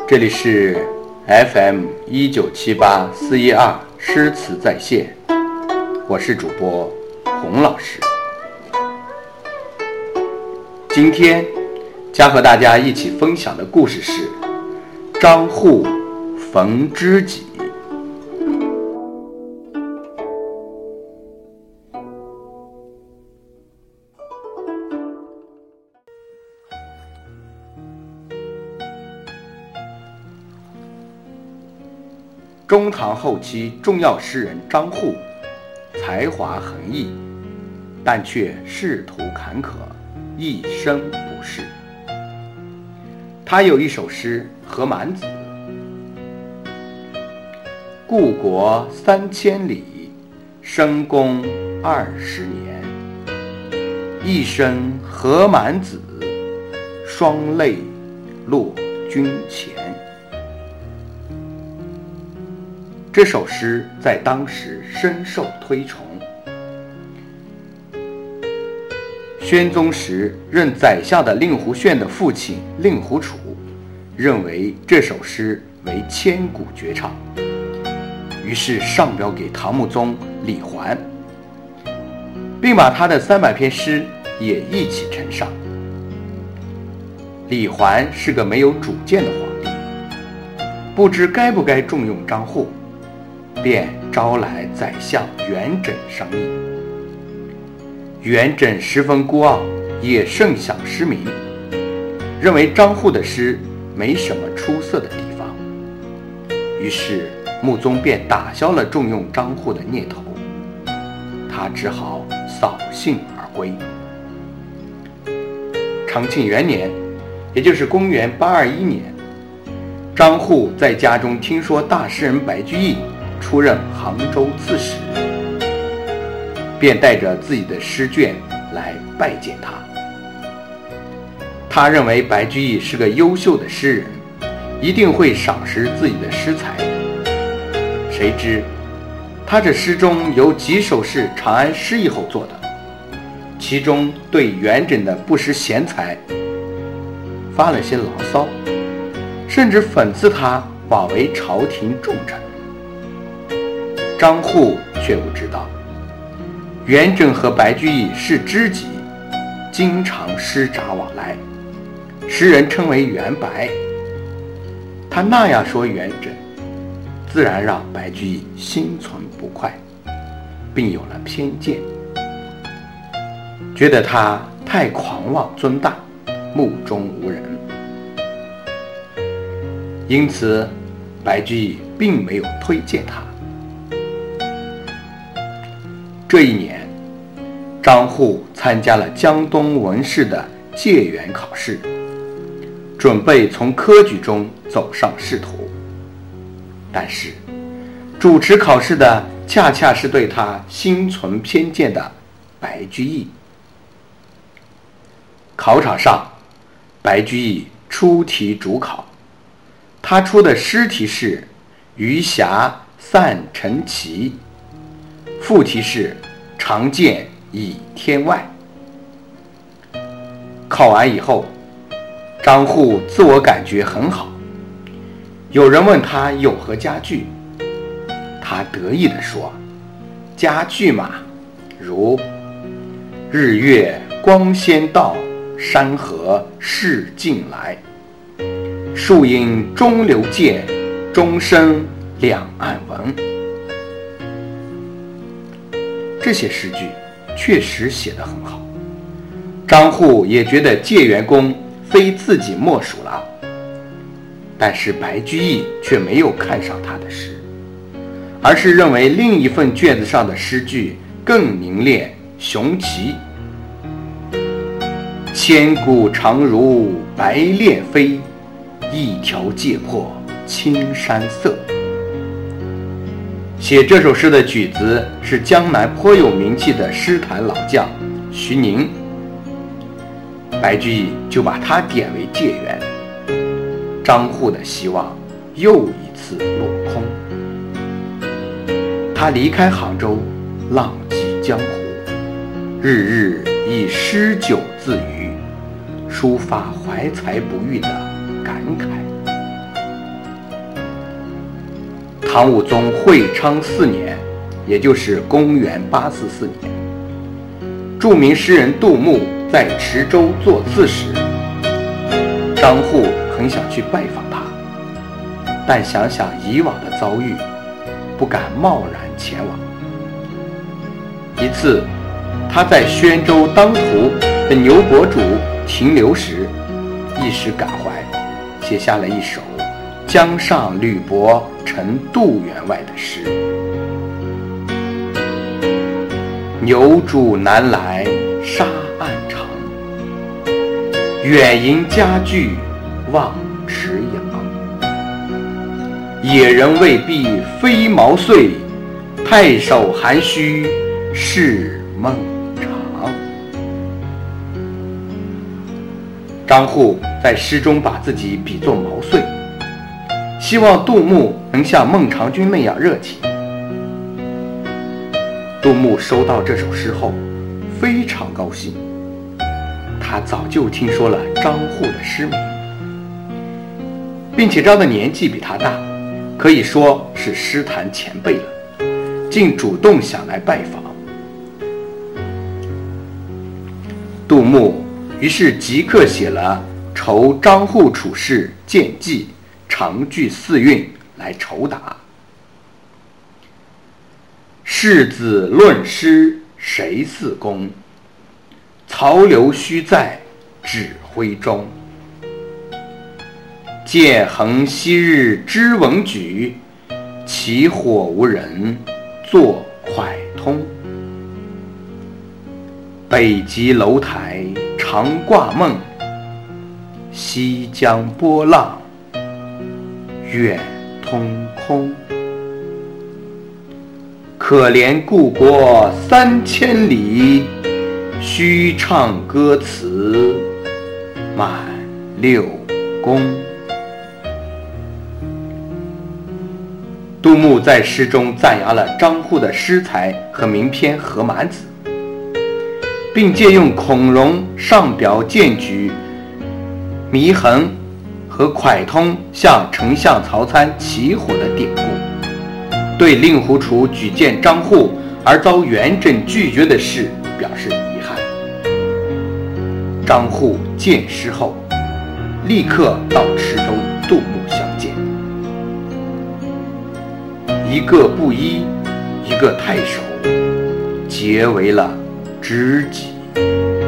这里是 FM1978412诗词在线，我是主播洪老师。今天将和大家一起分享的故事是张祜逢知己。中唐后期重要诗人张祜才华横溢，但却仕途坎坷，一生不仕。他有一首诗《何满子》：故国3000里，深宫20年。一生何满子，双泪落君前。这首诗在当时深受推崇。宣宗时任宰相的令狐炫的父亲令狐楚认为这首诗为千古绝唱，于是上表给唐穆宗李环，并把他的300篇诗也一起呈上。李环是个没有主见的皇帝，不知该不该重用张祜，便招来宰相元稹商议。元稹十分孤傲，也甚享诗名，认为张祜的诗没什么出色的地方，于是穆宗便打消了重用张祜的念头，他只好扫兴而归。长庆元年，也就是公元821年，张祜在家中听说大诗人白居易出任杭州刺史，便带着自己的诗卷来拜见他。他认为白居易是个优秀的诗人，一定会赏识自己的诗才。谁知他这诗中有几首是长安失意后做的，其中对元稹的不识贤才发了些牢骚，甚至讽刺他枉为朝廷重臣。张祜却不知道，元稹和白居易是知己，经常诗札往来，诗人称为元白。他那样说元稹，自然让白居易心存不快，并有了偏见，觉得他太狂妄尊大，目中无人。因此白居易并没有推荐他。这一年，张祜参加了江东文士的解元考试，准备从科举中走上仕途。但是主持考试的恰恰是对他心存偏见的白居易。考场上，白居易出题主考，他出的诗题是余霞散成齐，副题是常见倚天外。考完以后，张祜自我感觉很好，有人问他有何佳句，他得意地说：佳句嘛，如日月光先到，山河事尽来，树阴中流见，终生两岸闻。这些诗句确实写得很好，张祜也觉得解元功非自己莫属了。但是白居易却没有看上他的诗，而是认为另一份卷子上的诗句更凝练雄奇。千古常如白练飞，一条界破青山色。写这首诗的举子是江南颇有名气的诗坛老将徐宁，白居易就把他点为解元，张祜的希望又一次落空。他离开杭州，浪迹江湖，日日以诗酒自娱，抒发怀才不遇的感慨。 唐武宗会昌4年，也就是公元844年，著名诗人杜牧在池州做刺史，张祜很想去拜访他，但想想以往的遭遇，不敢贸然前往。一次，他在宣州当涂的牛国主停留时，一时感怀，写下了一首江上吕伯陈杜员外的诗：牛渚南来沙岸长，远迎家具望池阳。野人未必飞毛遂，太守还须是孟尝。张祜在诗中把自己比作毛遂，希望杜牧能像孟尝君那样热情。杜牧收到这首诗后非常高兴，他早就听说了张祜的诗名，并且张的年纪比他大，可以说是诗坛前辈了，竟主动想来拜访。杜牧于是即刻写了《酬张祜处士见记》长句4韵来酬答。世子论诗谁似公？曹刘须在指挥中。剑衡昔日知文举，起火无人作蒯通。北极楼台常挂梦，西江波浪远通空。可怜故国3000里，须唱歌词满6宫。杜牧在诗中赞扬了张祜的诗才和名篇《何满子》，并借用孔融上表荐举祢衡和蒯通向丞相曹参起火的典故，对令狐楚举荐张祜而遭元稹拒绝的事表示遗憾。张祜见诗后，立刻到池州与杜牧相见，一个布衣，一个太守，结为了知己。